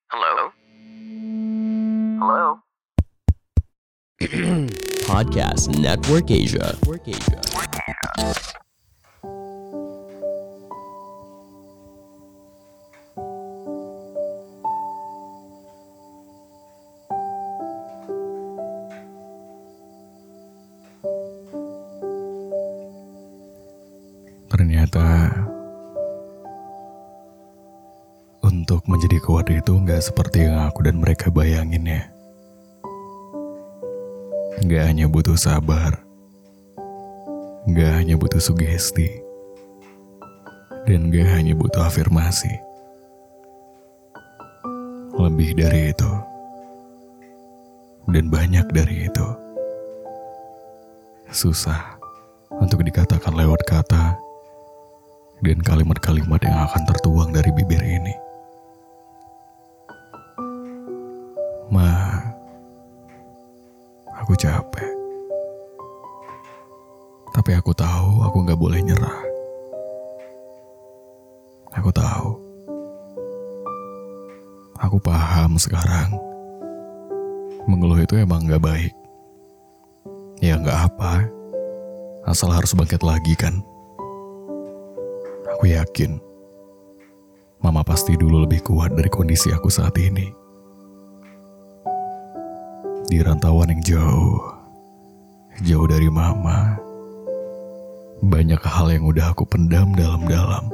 Hello? Hello? Podcast Network Asia. Ternyata untuk menjadi kuat itu gak seperti yang aku dan mereka bayangin ya. Gak hanya butuh sabar, gak hanya butuh sugesti, dan gak hanya butuh afirmasi. Lebih dari itu, dan banyak dari itu. Susah untuk dikatakan lewat kata dan kalimat-kalimat yang akan tertuang dari bibir ini. Aku capek. Tapi aku tahu aku gak boleh nyerah. Aku tahu. Aku paham sekarang. Mengeluh itu emang gak baik. Ya gak apa. Asal harus bangkit lagi kan. Aku yakin Mama pasti dulu lebih kuat dari kondisi aku saat ini. Di rantauan yang jauh dari Mama, banyak hal yang udah aku pendam dalam-dalam.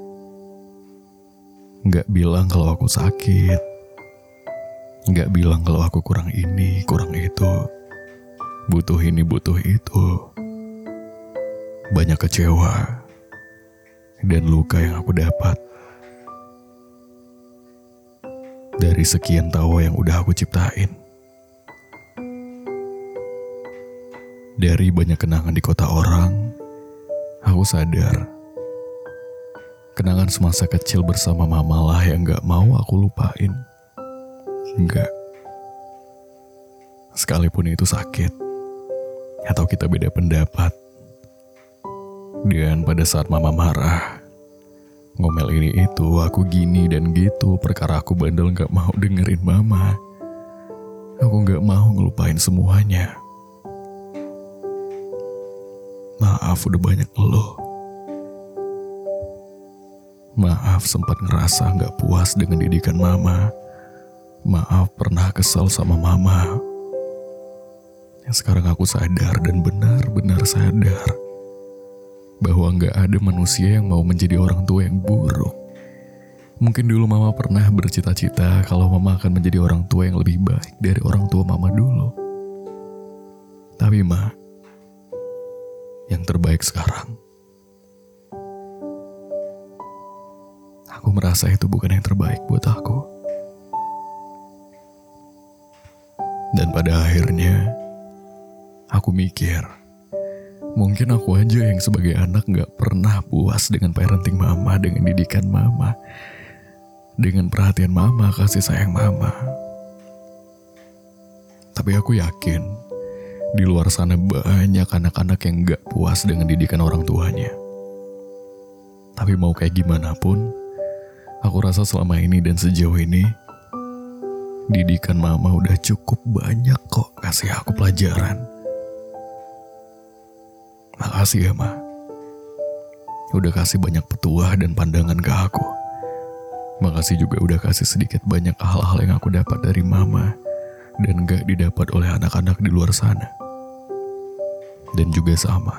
Gak bilang kalau aku sakit, gak bilang kalau aku kurang ini, kurang itu, butuh ini, butuh itu. Banyak kecewa dan luka yang aku dapat dari sekian tawa yang udah aku ciptain. Dari banyak kenangan di kota orang, aku sadar kenangan semasa kecil bersama Mama lah yang gak mau aku lupain. Enggak. Sekalipun itu sakit, atau kita beda pendapat. Dan pada saat Mama marah, ngomel ini itu, aku gini dan gitu, perkara aku bandel gak mau dengerin Mama. Aku gak mau ngelupain semuanya. Maaf udah banyak ngeluh. Maaf sempat ngerasa gak puas dengan didikan Mama. Maaf pernah kesal sama Mama. Yang sekarang aku sadar dan benar-benar sadar bahwa gak ada manusia yang mau menjadi orang tua yang buruk. Mungkin dulu Mama pernah bercita-cita kalau Mama akan menjadi orang tua yang lebih baik dari orang tua Mama dulu. Tapi yang terbaik sekarang, aku merasa itu bukan yang terbaik buat aku. Dan pada akhirnya, aku mikir, mungkin aku aja yang sebagai anak gak pernah puas dengan parenting Mama, dengan didikan Mama, dengan perhatian Mama, kasih sayang Mama. Tapi aku yakin, di luar sana banyak anak-anak yang gak puas dengan didikan orang tuanya. Tapi mau kayak gimana pun, aku rasa selama ini dan sejauh ini, didikan Mama udah cukup banyak kok kasih aku pelajaran. Makasih ya Ma. Udah kasih banyak petuah dan pandangan ke aku. Makasih juga udah kasih sedikit banyak hal-hal yang aku dapat dari Mama dan gak didapat oleh anak-anak di luar sana. Dan juga sama,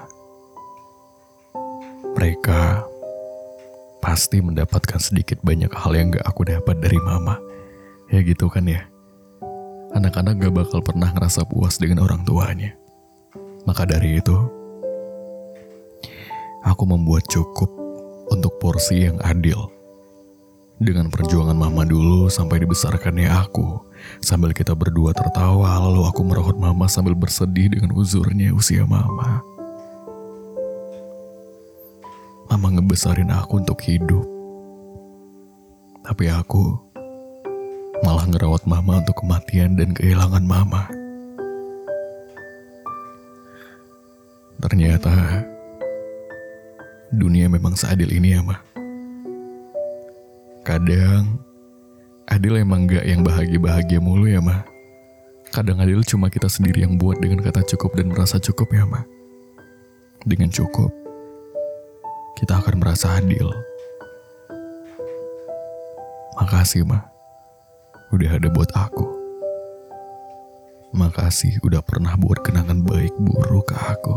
mereka pasti mendapatkan sedikit banyak hal yang gak aku dapat dari Mama. Ya gitu kan ya. Anak-anak gak bakal pernah ngerasa puas dengan orang tuanya. Maka dari itu, aku membuat cukup untuk porsi yang adil. Dengan perjuangan Mama dulu sampai dibesarkannya aku, sambil kita berdua tertawa, lalu aku merawat Mama sambil bersedih dengan uzurnya usia Mama. Mama ngebesarin aku untuk hidup. Tapi aku malah ngerawat Mama untuk kematian dan kehilangan Mama. Ternyata dunia memang seadil ini ya, Ma. Kadang Adil emang gak yang bahagia-bahagia mulu ya, Ma. Kadang adil cuma kita sendiri yang buat dengan kata cukup dan merasa cukup ya, Ma. Dengan cukup, kita akan merasa adil. Makasih, Ma. Udah ada buat aku. Makasih udah pernah buat kenangan baik buruk ke aku.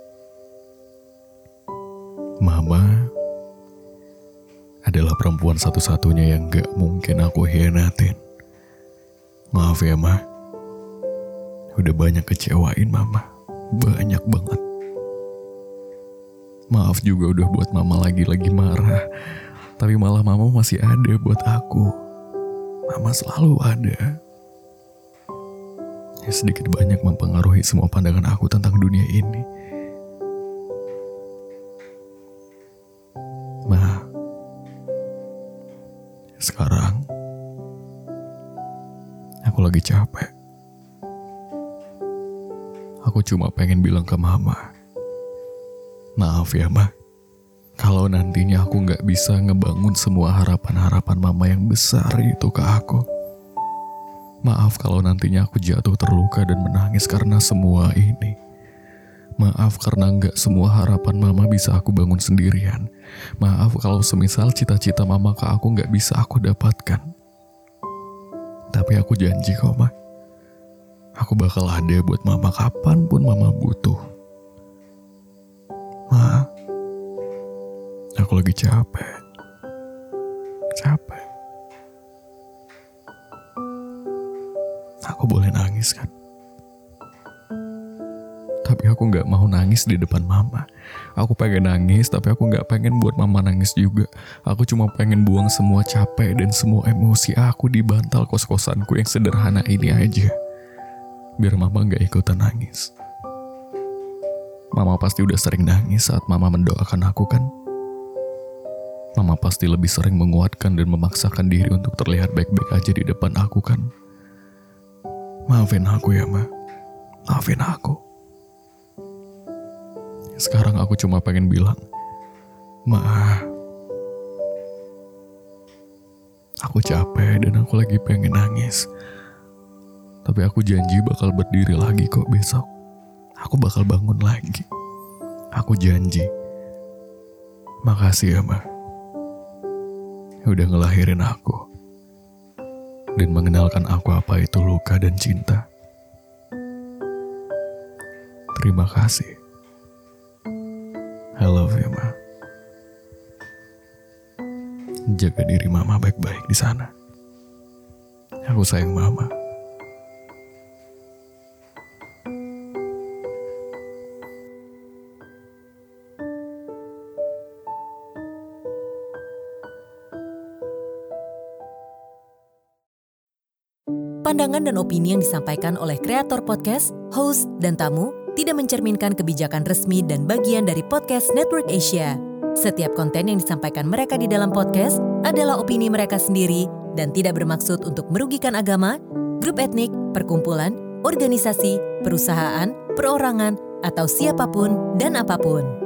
Mama adalah perempuan satu-satunya yang gak mungkin aku hianatin. Maaf ya, Ma. Udah banyak kecewain Mama. Banyak banget. Maaf juga udah buat Mama lagi-lagi marah. Tapi malah Mama masih ada buat aku. Mama selalu ada. Ya, sedikit banyak mempengaruhi semua pandangan aku tentang dunia ini. Ma, sekarang aku lagi capek. Aku cuma pengen bilang ke Mama, maaf ya, Ma. Kalau nantinya aku gak bisa ngebangun semua harapan-harapan Mama yang besar itu ke aku. Maaf kalau nantinya aku jatuh terluka dan menangis karena semua ini. Maaf karena gak semua harapan Mama bisa aku bangun sendirian. Maaf kalau semisal cita-cita Mama ke aku gak bisa aku dapatkan. Tapi aku janji kok, Ma. Aku bakal ada buat Mama kapanpun Mama butuh. Ma, aku lagi capek. Capek. Aku boleh nangis kan? Tapi aku gak mau nangis di depan Mama. Aku pengen nangis, tapi aku gak pengen buat Mama nangis juga. Aku cuma pengen buang semua capek dan semua emosi aku di bantal kos-kosanku yang sederhana ini aja. Biar Mama gak ikutan nangis. Mama pasti udah sering nangis saat Mama mendoakan aku kan? Mama pasti lebih sering menguatkan dan memaksakan diri untuk terlihat baik-baik aja di depan aku kan? Maafin aku ya, Ma. Maafin aku. Sekarang aku cuma pengen bilang, Ma, aku capek dan aku lagi pengen nangis. Tapi aku janji bakal berdiri lagi kok besok. Aku bakal bangun lagi. Aku janji. Makasih ya, Ma. Udah ngelahirin aku. Dan mengenalkan aku apa itu luka dan cinta. Terima kasih. I love you, Ma. Jaga diri Mama baik-baik di sana. Aku sayang Mama. Pandangan dan opini yang disampaikan oleh kreator podcast, host, dan tamu tidak mencerminkan kebijakan resmi dan bagian dari podcast Network Asia. Setiap konten yang disampaikan mereka di dalam podcast adalah opini mereka sendiri dan tidak bermaksud untuk merugikan agama, grup etnik, perkumpulan, organisasi, perusahaan, perorangan, atau siapapun dan apapun.